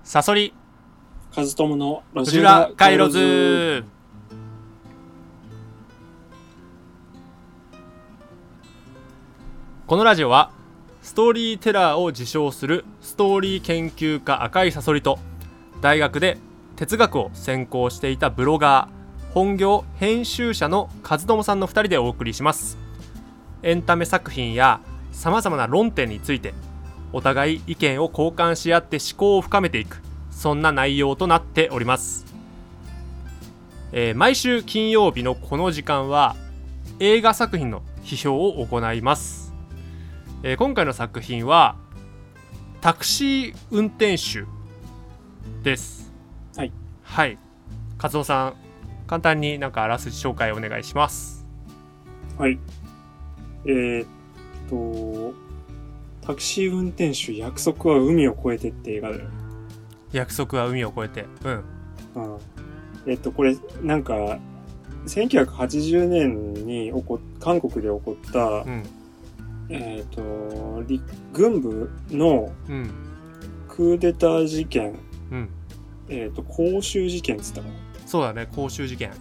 サソリカズトモのロジュラ回路図。このラジオはストーリーテラーを自称するストーリー研究家赤いサソリと大学で哲学を専攻していたブロガー本業編集者のカズトモさんの2人でお送りします。エンタメ作品やさまざまな論点についてお互い意見を交換し合って思考を深めていく、そんな内容となっております。毎週金曜日のこの時間は映画作品の批評を行います。今回の作品はタクシー運転手です。 はいはい、カズオさん、簡単になんかあらすじ紹介お願いします。 はい。タクシー運転手約束は海を越えてって映画だよ。 約束は海を越えて。 これなんか1980年に韓国で起こった、軍部のクーデター事件、光州事件っつったかな。 そうだね、光州事件、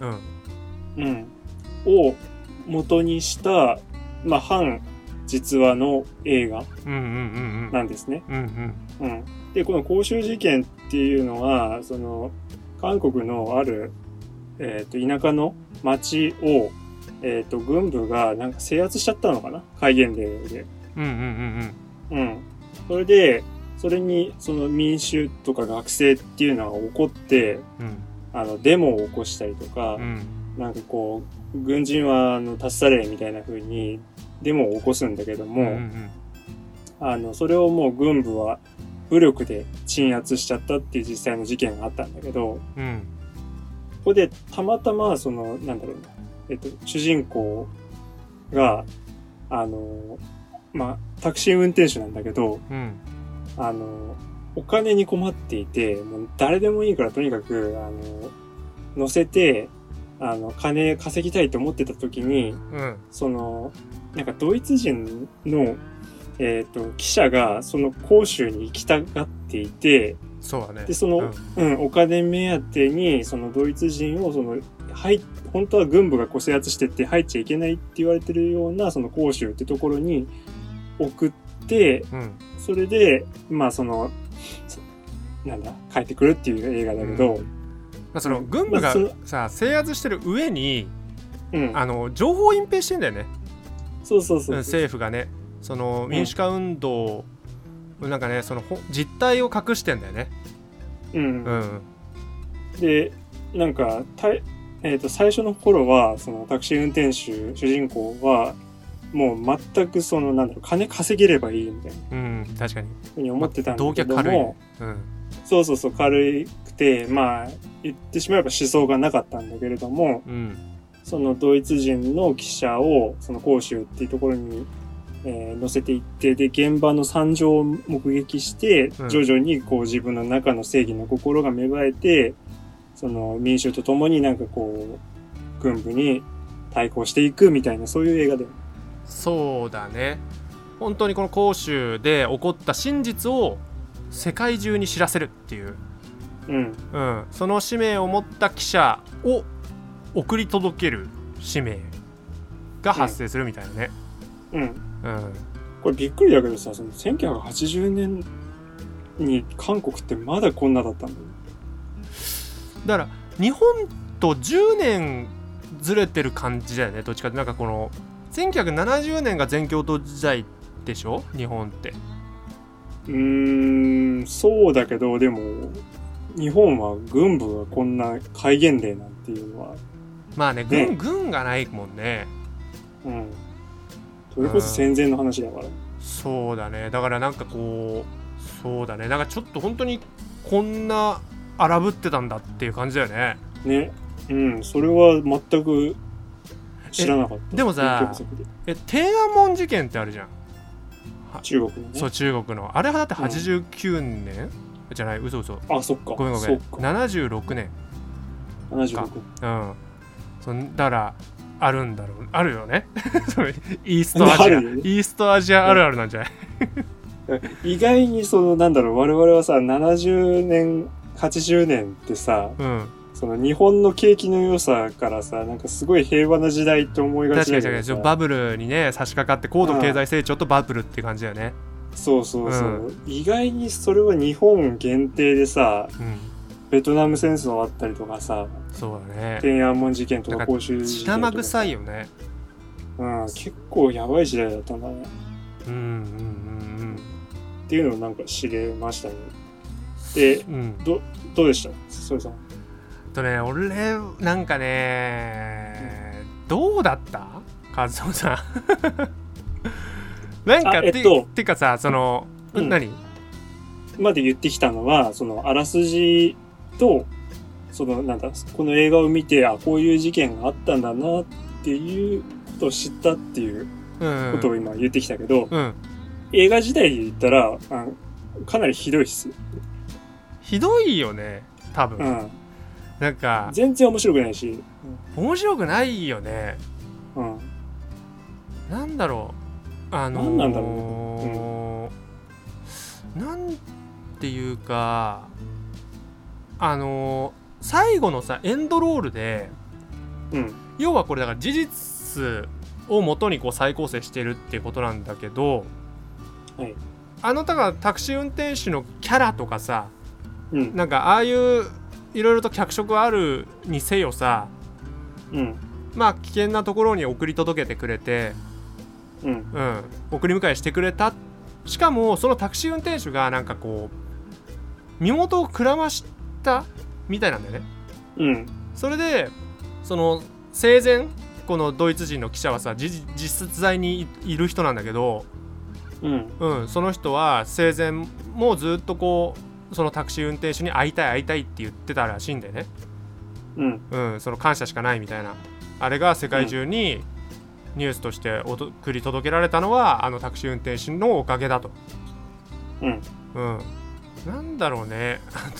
を元にした、反実話の映画なんですね。で、この光州事件っていうのは、その韓国のある、田舎の町を、軍部がなんか制圧しちゃったのかな、戒厳令で。それで、それにその民衆とか学生っていうのが怒って、デモを起こしたりとか、なんかこう軍人は立ち去れみたいな風にデモを起こすんだけども、それをもう軍部は武力で鎮圧しちゃったっていう実際の事件があったんだけど、ここでたまたまその主人公がタクシー運転手なんだけど、お金に困っていて、もう誰でもいいからとにかく乗せて金稼ぎたいと思ってた時に、そのなんかドイツ人の記者がその広州に行きたがっていて、 そうだね。 でその、お金目当てにそのドイツ人を本当は軍部が制圧してって入っちゃいけないって言われてるようなその広州ってところに送って、それで帰ってくるっていう映画だけど、 その軍部が制圧してる上に、情報隠蔽してんだよね。そう政府がね、その民主化運動、なんかね、その実態を隠してんだよね。 で、なんか最初の頃はそのタクシー運転手主人公はもう全くその金稼げればいいみたいな、 確かにふうに思ってたんだけども、 軽い、 軽くて、言ってしまえば思想がなかったんだけれども、そのドイツ人の記者をその広州っていうところに、乗せていって、で現場の惨状を目撃して、徐々にこう自分の中の正義の心が芽生えて、その民衆と共になんかこう軍部に対抗していくみたいな、そういう映画だよね。 そうだね。本当にこの広州で起こった真実を世界中に知らせるっていう、その使命を持った記者を送り届ける使命が発生するみたいなね。これびっくりだけどさ、その1980年に韓国ってまだこんなだったんだよ。 だから日本と10年ずれてる感じだよね、どっちかって。なんかこの1970年が全共闘時代でしょ、日本って。 そうだけど、でも日本は軍部がこんな戒厳令なんていうのは軍がないもんね。 それこそ戦前の話だから。 そうだね。だからなんかこう、そうだね、なんかちょっと本当にこんな荒ぶってたんだっていう感じだよね。 それは全く知らなかった。 でもさ、天安門事件ってあるじゃん、 中国のね。 そう、中国のあれはだって89年、じゃない、嘘。 そっか。 ごめん76年。だからあるよねイーストアジアあるあるなんじゃない意外にそのなんだろう、我々はさ、70年80年ってさ、うん、その日本の景気の良さからさ、なんかすごい平和な時代って思いがちだけどさ、 確かにバブルにね差し掛かって高度経済成長とバブルって感じだよね。 そうそうそう、うん、意外にそれは日本限定でさ、うん、ベトナム戦争あったりとかさ、 そうだね、 天安門事件とか公衆事件とか、 血生臭いよね。 うん、結構やばい時代だったんだね。 うんうんうんうん。 っていうのをなんか知れましたね。で、うん、どうでした？それさん。 俺なんかね、どうだった？カズオさん。なんかてかさ、その、うん、何？ まで言ってきたのは、そのあらすじと、そのなんだ、この映画を見て、あ、こういう事件があったんだなっていうことを知ったっていうことを今言ってきたけど、うん、映画自体で言ったらかなりひどいっす。 ひどいよね、多分。うん、なんか全然面白くないし、 面白くないよね。うん。なんだろう。 なんなんだろう、なんていうか、最後のさエンドロールで、うん、要はこれだから事実を元にこう再構成してるっていうことなんだけど、はい、だからタクシー運転手のキャラとかさ、うん、なんかああいういろいろと脚色あるにせよさ、うん、まあ危険なところに送り届けてくれて、うんうん、送り迎えしてくれた。しかもそのタクシー運転手がなんかこう身元をくらましたみたいなんだよね。うん、それでその生前このドイツ人の記者はさ実在にいる人なんだけど、うんうん、その人は生前もずっとこうそのタクシー運転手に会いたいって言ってたらしいんだよね。うんうん、その感謝しかないみたいな、あれが世界中にニュースとして送り届けられたのはタクシー運転手のおかげだと。うんうん、なんだろうね、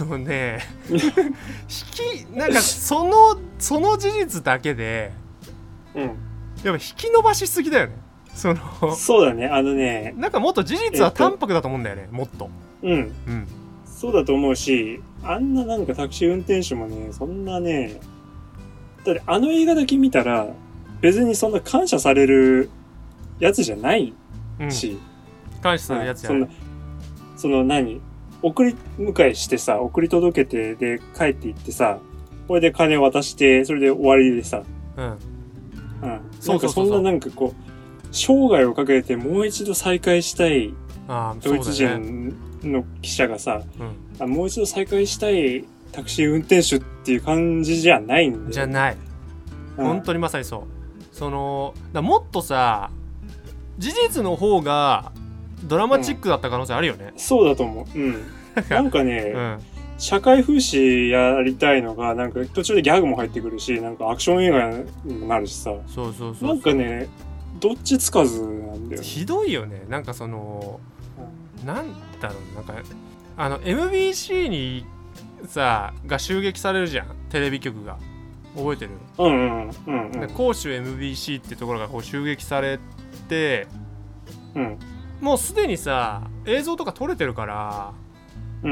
なんかその事実だけで、うん、やっぱ引き伸ばしすぎだよね。 そうだね、 なんかもっと事実は淡白だと思うんだよね、もっと。うんうん、 そうだと思うし、なんかタクシー運転手もね、そんなね、だって映画だけ見たら別にそんな感謝されるやつじゃないし、 うん、感謝されるやつじゃない。 その何送り迎えしてさ、送り届けてで帰っていってさ、これで金渡してそれで終わりでさ、うん、うん、なんかそんななんかこう生涯をかけてもう一度再会したいドイツ人の記者がさ、うん、もう一度再会したいタクシー運転手っていう感じじゃないんだよ。 じゃない、うん、本当にまさにそう。もっとさ事実の方がドラマチックだった可能性あるよね。 そうだと思う。うん。なんかね、うん、社会風刺やりたいのがなんか途中でギャグも入ってくるし、なんかアクション映画にもなるしさ。そうなんかね、どっちつかずなんだよね。 ひどいよね。なんかなんだろう、なんかMBC にさが襲撃されるじゃん、テレビ局が。覚えてる？広州 MBC ってところがこう襲撃されて、うん、もうすでにさ映像とか撮れてるから、うん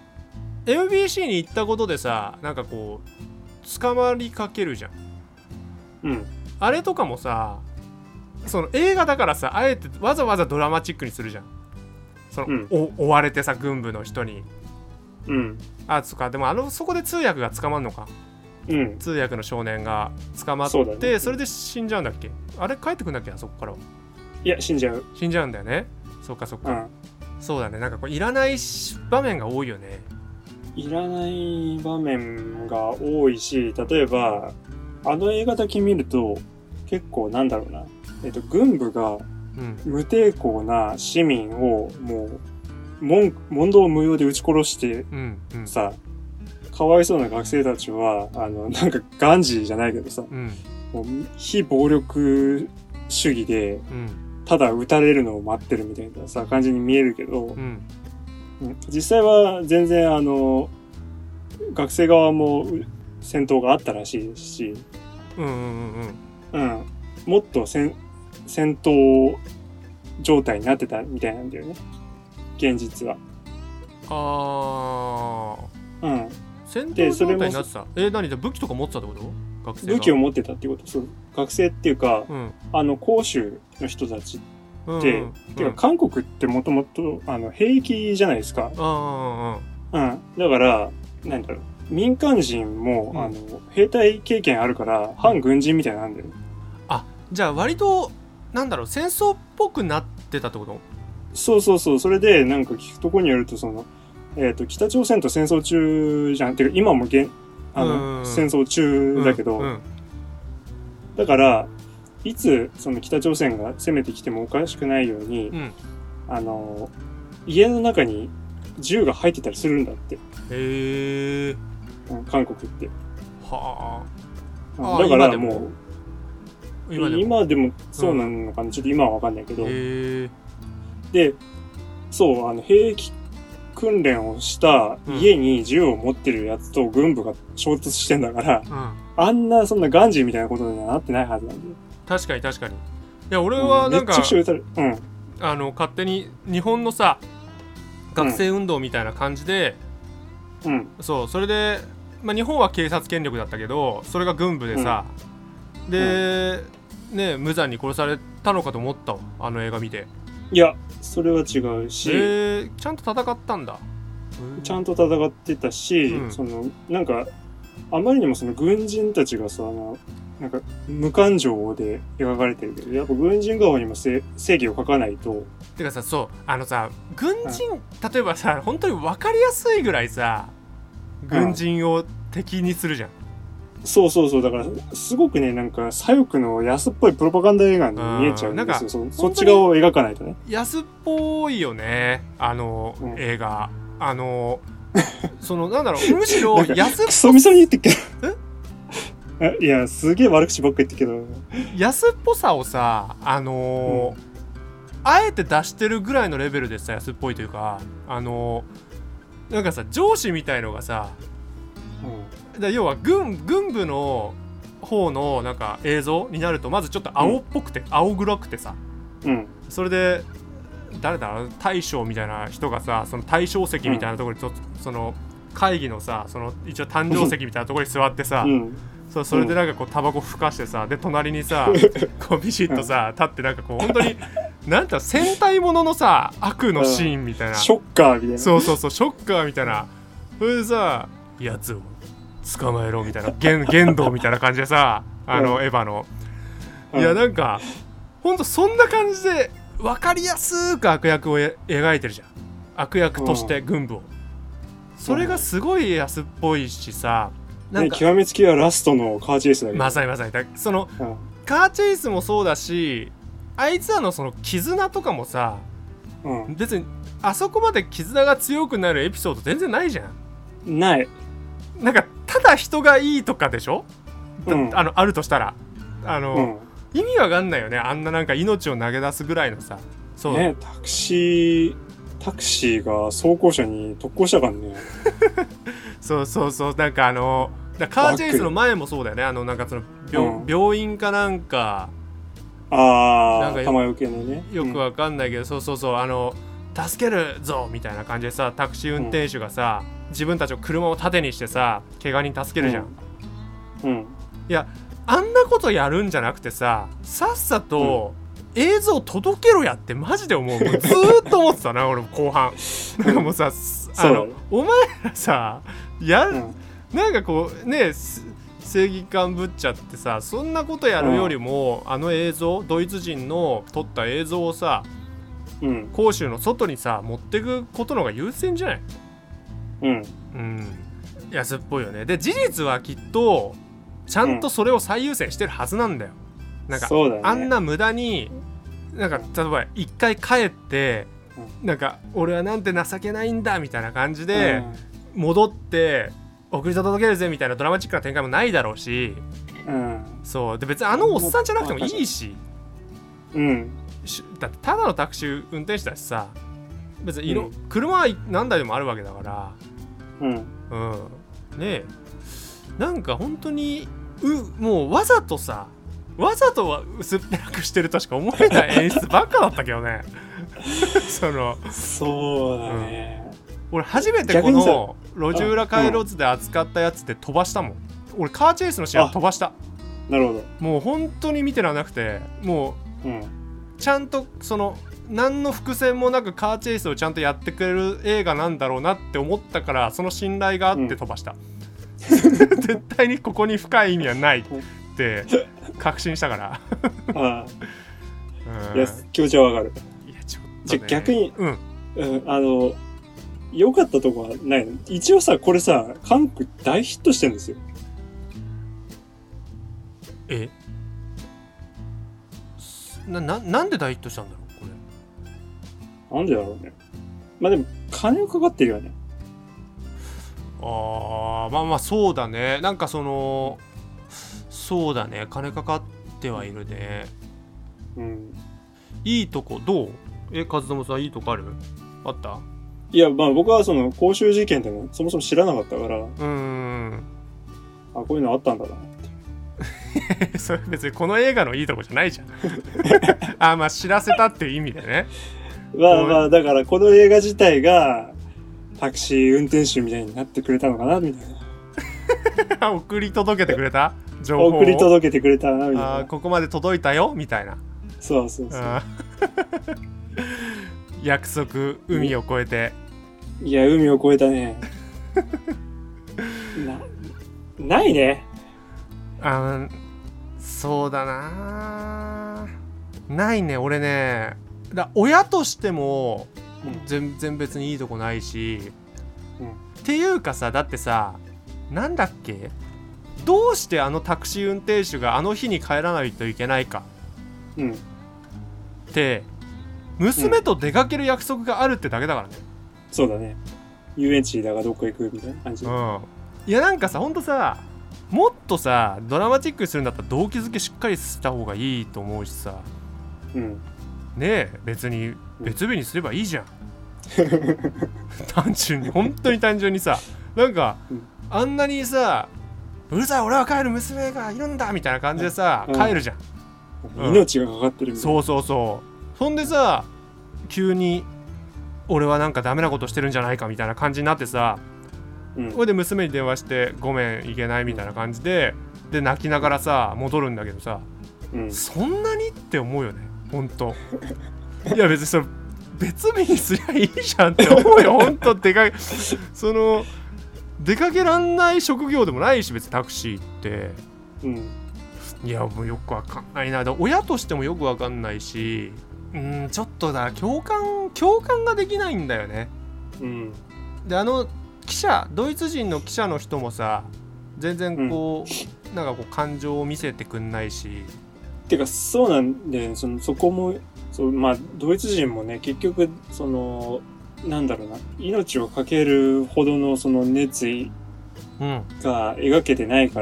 、MBC に行ったことでさなんかこう捕まりかけるじゃん、うん、あれとかもさその映画だからさあえてわざわざドラマチックにするじゃん。追われてさ軍部の人に、うん、そっか。でもそこで通訳が捕まんのか。うん、通訳の少年が捕まって ね、それで死んじゃうんだっけ。あれ帰ってくんだっけ、あそこから。 いや死んじゃうんだよね。そっか、うん、そうだね。なんかこういらない場面が多いよね。 いらない場面が多いし、例えば映画だけ見ると結構なんだろうな、軍部が無抵抗な市民をもう問答無用で撃ち殺して、うんうん、さかわいそうな学生たちはなんかガンジーじゃないけどさ、うん、もう非暴力主義で、うん、ただ撃たれるのを待ってるみたいなさ感じに見えるけど、うんうん、実際は全然学生側も戦闘があったらしいですし、うんうんうんうん、もっと戦闘状態になってたみたいなんだよね。 現実は。うん。 戦闘状態になってた。何で武器とか持ってたってこと？学生が武器を持ってたってこと。そう。学生っていうか、広州の人たちって、てか韓国ってもともと兵役じゃないですか。だからなんだろう、民間人も、兵隊経験あるから反軍人みたいなんだよ。 じゃあ割となんだろう、戦争っぽくなってたってこと？ そう。それでなんか聞くとこによると北朝鮮と戦争中じゃん。てか今も戦争中だけど、だからいつその北朝鮮が攻めてきてもおかしくないように、家の中に銃が入ってたりするんだって。 へえ。 韓国って。 はあ。だからもう今でもそうなのかな、ちょっと今は分かんないけど。で、そう兵役訓練をした家に銃を持ってるやつと軍部が衝突してんだから、あんなそんなガンジーみたいなことにはなってないはずなんだよ。 確かに。いや俺はなんか、 めっちゃ撃たれる。 勝手に日本のさ学生運動みたいな感じで、それで、日本は警察権力だったけど、それが軍部でさ、で、無残に殺されたのかと思ったわ、あの映画見て。 いや、それは違うし、 ちゃんと戦ったんだ。 ちゃんと戦ってたし、なんかあまりにもその軍人たちがさ、なんか無感情で描かれてるけど、やっぱ軍人側にも正義を書かないと。 てかさ、軍人、例えばさ、本当に分かりやすいぐらいさ、軍人を敵にするじゃん。そうだからすごくね、なんか左翼の安っぽいプロパガンダ映画に見えちゃうんですよ。そっち側を描かないとね。安っぽいよね、映画。なんだろう、むしろ安っぽクソみそに言ってっけどいや、すげえ悪口ばっか言ってっけど、 安っぽさをさ、あえて出してるぐらいのレベルでさ、安っぽいというか、なんかさ、上司みたいのがさ、要は軍部の方のなんか映像になると、まずちょっと青っぽくて、青黒くてさ、それで誰だ、大将みたいな人がさ、その大将席みたいなところにその会議のさ、その一応誕生席みたいなところに座ってさ、それでなんかこうタバコふかしてさ、で隣にさこうビシッとさ立って、なんかこう本当になんて戦隊もののさ悪のシーンみたいな、 ショッカーみたいな、 そうショッカーみたいな、それでさ、やつを捕まえろみたいな、言動みたいな感じでさ、エヴァの、いやなんかほんとそんな感じで分かりやすく悪役を描いてるじゃん、悪役として軍部を。それがすごい安っぽいしさ、 なんか極めつきはラストのカーチェイスだけど、 まさにその、カーチェイスもそうだし、あいつらのその絆とかもさ、別にあそこまで絆が強くなるエピソード全然ないじゃん。 ない。 なんかただ人がいいとかでしょ、あるとしたら意味わかんないよね、あんななんか命を投げ出すぐらいのさ。そうね、 タクシーが装甲車に特攻したからねそうなんかカーチェイスの前もそうだよね、なんかその病院かなんか、 なんか玉よけのね、 よくわかんないけど、そう助けるぞみたいな感じでさ、タクシー運転手がさ、自分たちの車を盾にしてさ、怪我人助けるじゃん。いや、あんなことやるんじゃなくてさ、さっさと映像届けろやってマジで思う。ずーっと思ってたな俺後半。なんかもうさ、お前らさ、なんかこうね、正義感ぶっちゃってさ、そんなことやるよりも、映像、ドイツ人の撮った映像をさ、広州の外にさ持ってくことの方が優先じゃない？安っぽいよね。で、事実はきっとちゃんとそれを最優先してるはずなんだよ。なんか、あんな無駄になんか例えば一回帰って、なんか俺はなんて情けないんだみたいな感じで戻って送り届けるぜみたいなドラマチックな展開もないだろうし、そうで、別におっさんじゃなくてもいいし、だってただのタクシー運転手だしさ、別に車は何台でもあるわけだから、ねえ、なんか本当にもうわざとは薄っぺらくしてるとしか思えない演出ばっかだったけどねそうだね、 俺初めてこの路地裏回路図で扱ったやつで飛ばしたもん。俺カーチェイスの試合飛ばした。 なるほど。 もう本当に見てらなくて、もう、ちゃんと何の伏線もなくカーチェイスをちゃんとやってくれる映画なんだろうなって思ったから、その信頼があって飛ばした、絶対にここに深い意味はないって確信したからいや気持ちはわかる。 いやちょっと、ね、 逆に、良かったとこはないの？一応さ、これさ、韓国大ヒットしてるんですよ。 なんで大ヒットしたんだろうこれ。なんでだろうね。まあでも金かかってるよね。 まあそうだね。なんかそうだね、金かかってはいるね。いいとこどう？和友さんいいとこあった？ いや、まあ僕は公衆事件ってのそもそも知らなかったから、こういうのあったんだなってそれ別にこの映画のいいとこじゃないじゃんまあ知らせたっていう意味でね。 まあだからこの映画自体がタクシー運転手みたいになってくれたのかなみたいな送り届けてくれた情報を送り届けてくれたなみたいな。 ここまで届いたよみたいな。 そう約束海を越えて。 いや海を越えたねないね。 そうだな、ないね。俺ね、親としても全然別にいいとこないし、っていうかさ、だってさ、なんだっけ、どうしてタクシー運転手があの日に帰らないといけないかって娘と出かける約束があるってだけだからね。 そうだね。遊園地だがどっか行くみたいな感じ。 いやなんかさ、ほんとさ、もっとさドラマチックにするんだったら動機づけしっかりした方がいいと思うしさ、ねえ、別に別日にすればいいじゃん本当に単純にさ、なんか、あんなにさ、うるさい俺は帰る娘がいるんだみたいな感じでさ、帰るじゃん、 命がかかってるみたいな。 そうそんでさ、急に俺はなんかダメなことしてるんじゃないかみたいな感じになってさ、それで娘に電話してごめんいけないみたいな感じで泣きながらさ戻るんだけどさ、そんなにって思うよねほんと。いや別にそれ別日にすりゃいいじゃんって思うよほんと。出かけらんない職業でもないし別にタクシーって、いやもうよくわかんないな。親としてもよくわかんないし、ちょっと共感ができないんだよね。で記者、ドイツ人の記者の人もさ、全然なんか感情を見せてくんないし。 てかそうなんで、そこもまあドイツ人もね、結局なんだろうな、命をかけるほどの熱意が描けてないから、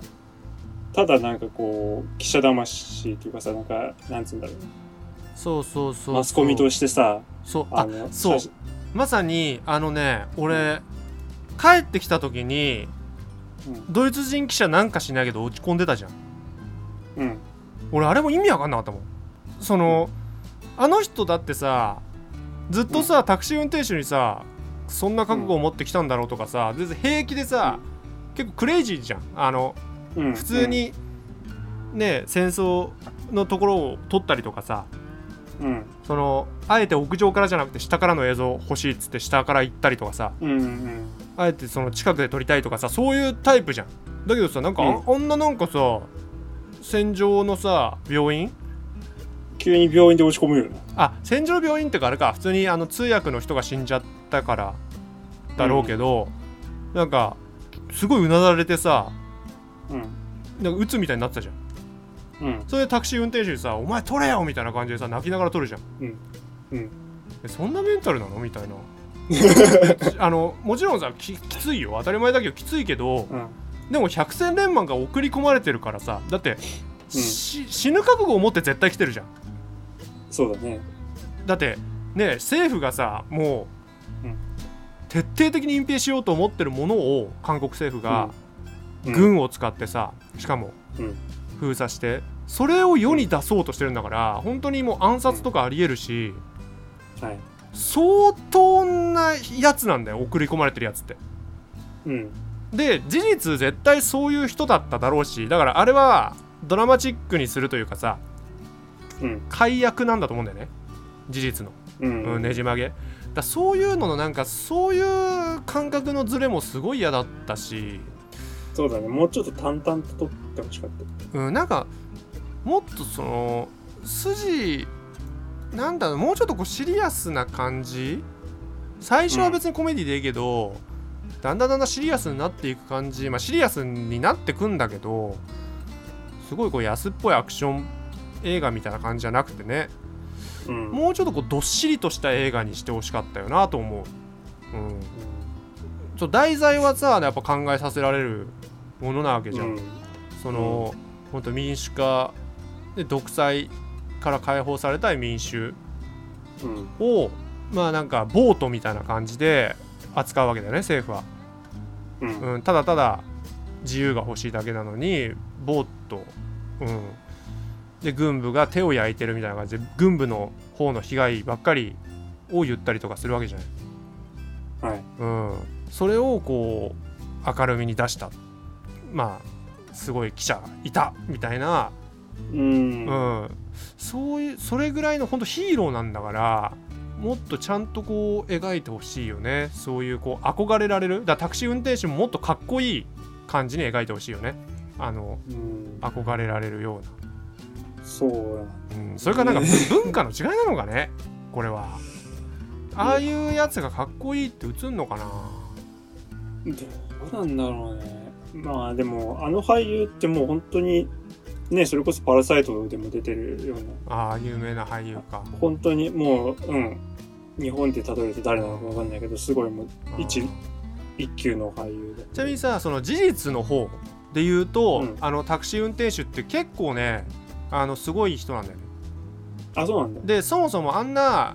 ただなんか記者魂っていうかさ、なんかなんつうんだろう、 そうマスコミとしてさ、 まさに俺帰ってきた時に、ドイツ人記者なんかしないけど落ち込んでたじゃん。俺あれも意味わかんなかったもん。あの人だってさ、ずっとさ、タクシー運転手にさ、そんな覚悟を持ってきたんだろうとかさ、全然平気でさ、結構クレイジーじゃん。普通にね、戦争のところを撮ったりとかさ、あえて屋上からじゃなくて下からの映像欲しいっつって下から行ったりとかさ、あえて近くで撮りたいとかさ、そういうタイプじゃん。だけどさ、なんかあんななんかさ、戦場のさ病院、 急に病院で落ち込むよね。 戦場の病院ってかあれか、普通に通訳の人が死んじゃったからだろうけど、なんかすごいうなだれてさ、なんか鬱みたいになってたじゃん。それでタクシー運転手にさ、お前取れよみたいな感じでさ、泣きながら取るじゃん。そんなメンタルなのみたいな。もちろんさ、きついよ、当たり前だけどきついけど、でも百戦錬磨が送り込まれてるからさ、だって、死ぬ覚悟を持って絶対来てるじゃん。 そうだね。 だってね、政府がさ、もう、徹底的に隠蔽しようと思ってるものを韓国政府が、軍を使ってさ、しかも、封鎖して、それを世に出そうとしてるんだから、本当にもう暗殺とかありえるし、 はい、 相当なやつなんだよ、送り込まれてるやつって。 うん、 で事実絶対そういう人だっただろうし、だからあれはドラマチックにするというかさ、 うん、 解約なんだと思うんだよね、事実の、 うんねじ曲げだ。そういうののなんかそういう感覚のズレもすごい嫌だったし。 そうだね、もうちょっと淡々と撮ってほしかった。 なんかもっとその筋なんだろう、もうちょっとこうシリアスな感じ。最初は別にコメディでいいけど、だんだんシリアスになっていく感じ、まあシリアスになってくんだけど、すごいこう安っぽいアクション映画みたいな感じじゃなくてね、もうちょっとこうどっしりとした映画にしてほしかったよなと思う。題材はさ、やっぱ考えさせられるものなわけじゃん。その本当民主化で独裁から解放されたい民衆を、まあなんかボートみたいな感じで扱うわけだよね、政府は。ただただ自由が欲しいだけなのにボート、で軍部が手を焼いてるみたいな感じで、軍部の方の被害ばっかりを言ったりとかするわけじゃない。それをこう明るみに出した、まあすごい記者がいたみたいな、そういうそれぐらいの本当ヒーローなんだから、もっとちゃんとこう描いてほしいよね。そういうこう憧れられる、だからタクシー運転手ももっとかっこいい感じに描いてほしいよね。憧れられるような。 そうだ、 それからなんか文化の違いなのかね、これは。ああいうやつがかっこいいって映んのかな。 どうなんだろうね。まあでもあの俳優ってもう本当にね、それこそパラサイトでも出てるような、 ああ有名な俳優か。 本当にもう日本で例えると誰なのか分かんないけど、すごいもう一級の俳優で。 ちなみにさ、その事実の方で言うと、タクシー運転手って結構ね、すごい人なんだよね。 あ、そうなんだ。 でそもそもあんな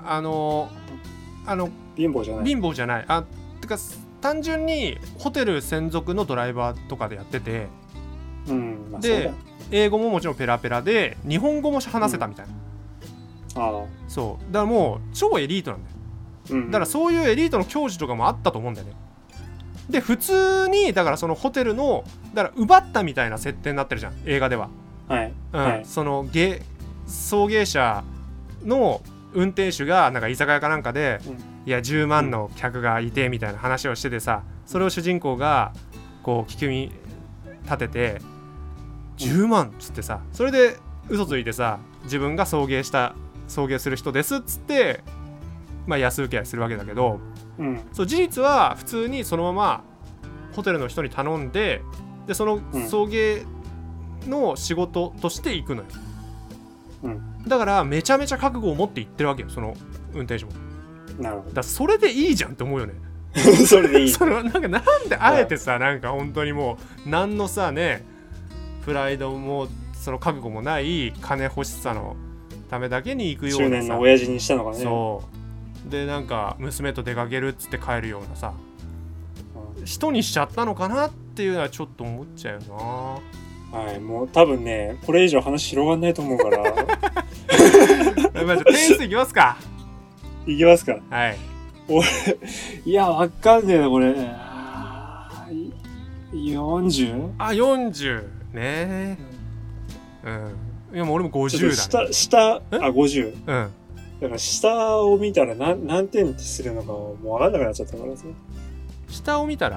貧乏じゃない。 貧乏じゃない。てか単純にホテル専属のドライバーとかでやってて、 まあ、 で英語ももちろんペラペラで日本語も話せたみたいな。そうだからもう超エリートなんだよ。だからそういうエリートの教授とかもあったと思うんだよね。で普通にだからそのホテルのだから奪ったみたいな設定になってるじゃん、映画では。その送迎車の運転手がなんか居酒屋かなんかで、いや10万の客がいてみたいな話をしててさ、それを主人公がこう聞き耳立てて10万っつってさ、それで嘘ついてさ、自分が送迎する人ですっつって、まあ安請け合いするわけだけど、そう事実は普通にそのままホテルの人に頼んで、でその送迎の仕事として行くのよ。だからめちゃめちゃ覚悟を持って行ってるわけよ、その運転手も。 なるほど。 だそれでいいじゃんって思うよね。 それでいい。 それはなんであえてさ、なんか本当にもう何のさね、プライドもその覚悟もない金欲しさのためだけに行くようなさ、 中年の親父にしたのかね。 そうでなんか娘と出かけるっつって帰るようなさ、人にしちゃったのかなっていうのはちょっと思っちゃうよな。 はい、もう多分ね、これ以上話広がんないと思うから。 まあ、点数いきますか。 いきますか。 はい。 俺、いや、わかんねえな、これ。40？ 40ね。いやもう俺も50だね。 下、50。 だから下を見たら何点ってするのかもう分かんなくなっちゃったからさ。 下を見たら？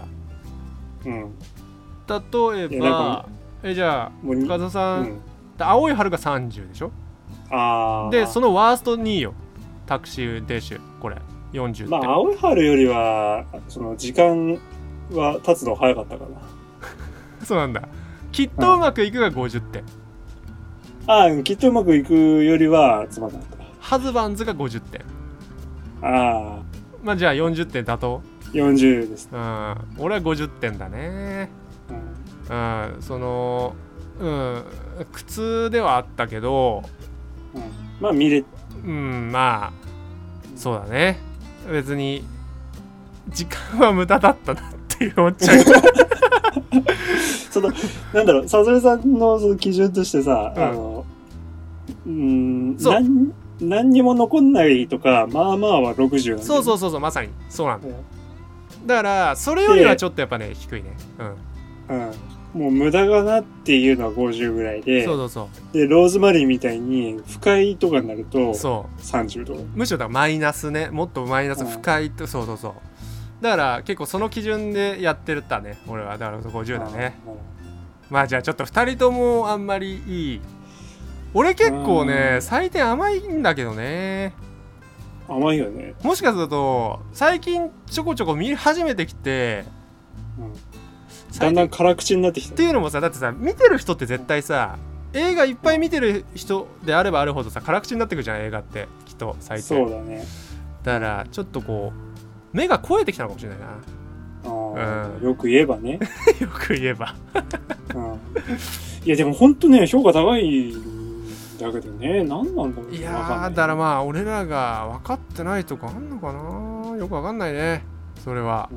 例えば、じゃあ、深澤さん、青い春が30でしょ？で、そのワースト2位よ。タクシー運転手、これ、40点。 まあ、青い春よりは、その時間は経つの早かったかな。 そうなんだ。きっとうまくいくが50点。 きっとうまくいくよりはつまんなかった。 ハズバンズが50点。 まあじゃあ40点だと 40です、 俺は50点だね。その苦痛ではあったけど、 まあ見れまあそうだね。別に時間は無駄だったなって思っちゃう。 そのなんだろう、サザエさんのその基準としてさ、 何にも残んないとか、まあまあは60なんだよね。 そうまさにそうなんだよ。だからそれよりはちょっとやっぱね低いね。 もう無駄がなっていうのは50ぐらいで、 そうでローズマリーみたいに不快とかになると30とか。 むしろだからマイナスね、もっとマイナス不快と、そうだから結構その基準でやってるったね俺は。だから50だね。まあじゃあちょっと2人ともあんまりいい。俺結構ね採点甘いんだけどね。 甘いよね。 もしかすると最近ちょこちょこ見始めてきて、 だんだん辛口になってきたっていうのもさ、だってさ見てる人って絶対さ映画いっぱい見てる人であればあるほどさ辛口になってくるじゃん映画ってきっと採点。 そうだね。 だからちょっとこう目が肥えてきたのかもしれないな。よく言えばね。 よく言えばいやでもほんとね評価高いだけどね、何なんだろう。 いやーだからまあ俺らが分かってないとこあんのかな、よく分かんないねそれは。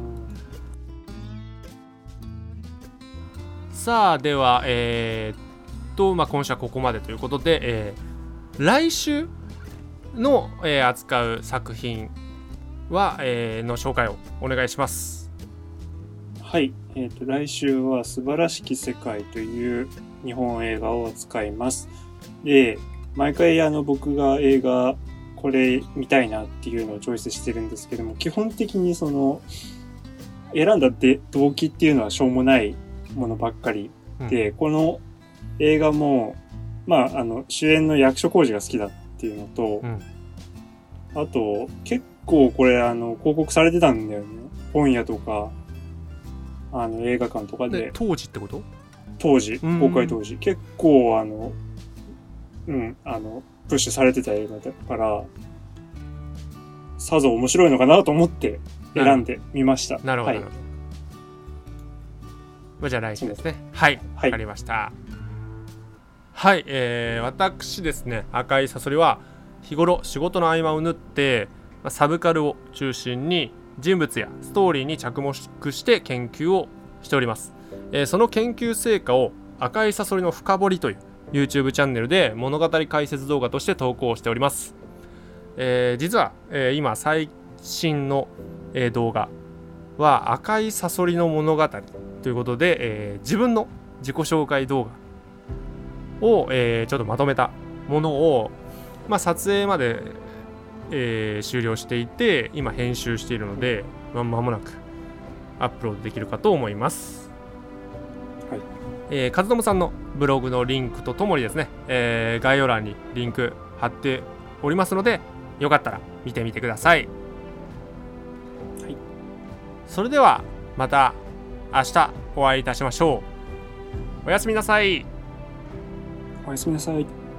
さあではまあ、今週はここまでということで、来週の、扱う作品は、の紹介をお願いします。 はい、来週は素晴らしき世界という日本映画を扱います。で、毎回僕が映画これ見たいなっていうのをチョイスしてるんですけども、基本的にその選んだ動機っていうのはしょうもないものばっかりで、この映画もまあ主演の役所広司が好きだっていうのと、あと結構これ広告されてたんだよね、本屋とか映画館とかで。 当時ってこと？ 当時、公開当時結構プッシュされてた映画だからさぞ面白いのかなと思って選んでみました。 なるほど、はい、じゃあ来週ですね。はい、わかりました。はい、私ですね、赤いサソリは日頃仕事の合間を縫ってサブカルを中心に人物やストーリーに着目して研究をしております。その研究成果を赤いサソリの深掘りという YouTube チャンネルで物語解説動画として投稿しております。実は、今最新の、動画は赤いサソリの物語ということで、自分の自己紹介動画を、ちょっとまとめたものを、撮影まで、終了していて今編集しているので、間もなくアップロードできるかと思います。和友さんのブログのリンクとともにですね、概要欄にリンク貼っておりますのでよかったら見てみてください。それではまた明日お会いいたしましょう。おやすみなさい。 おやすみなさい。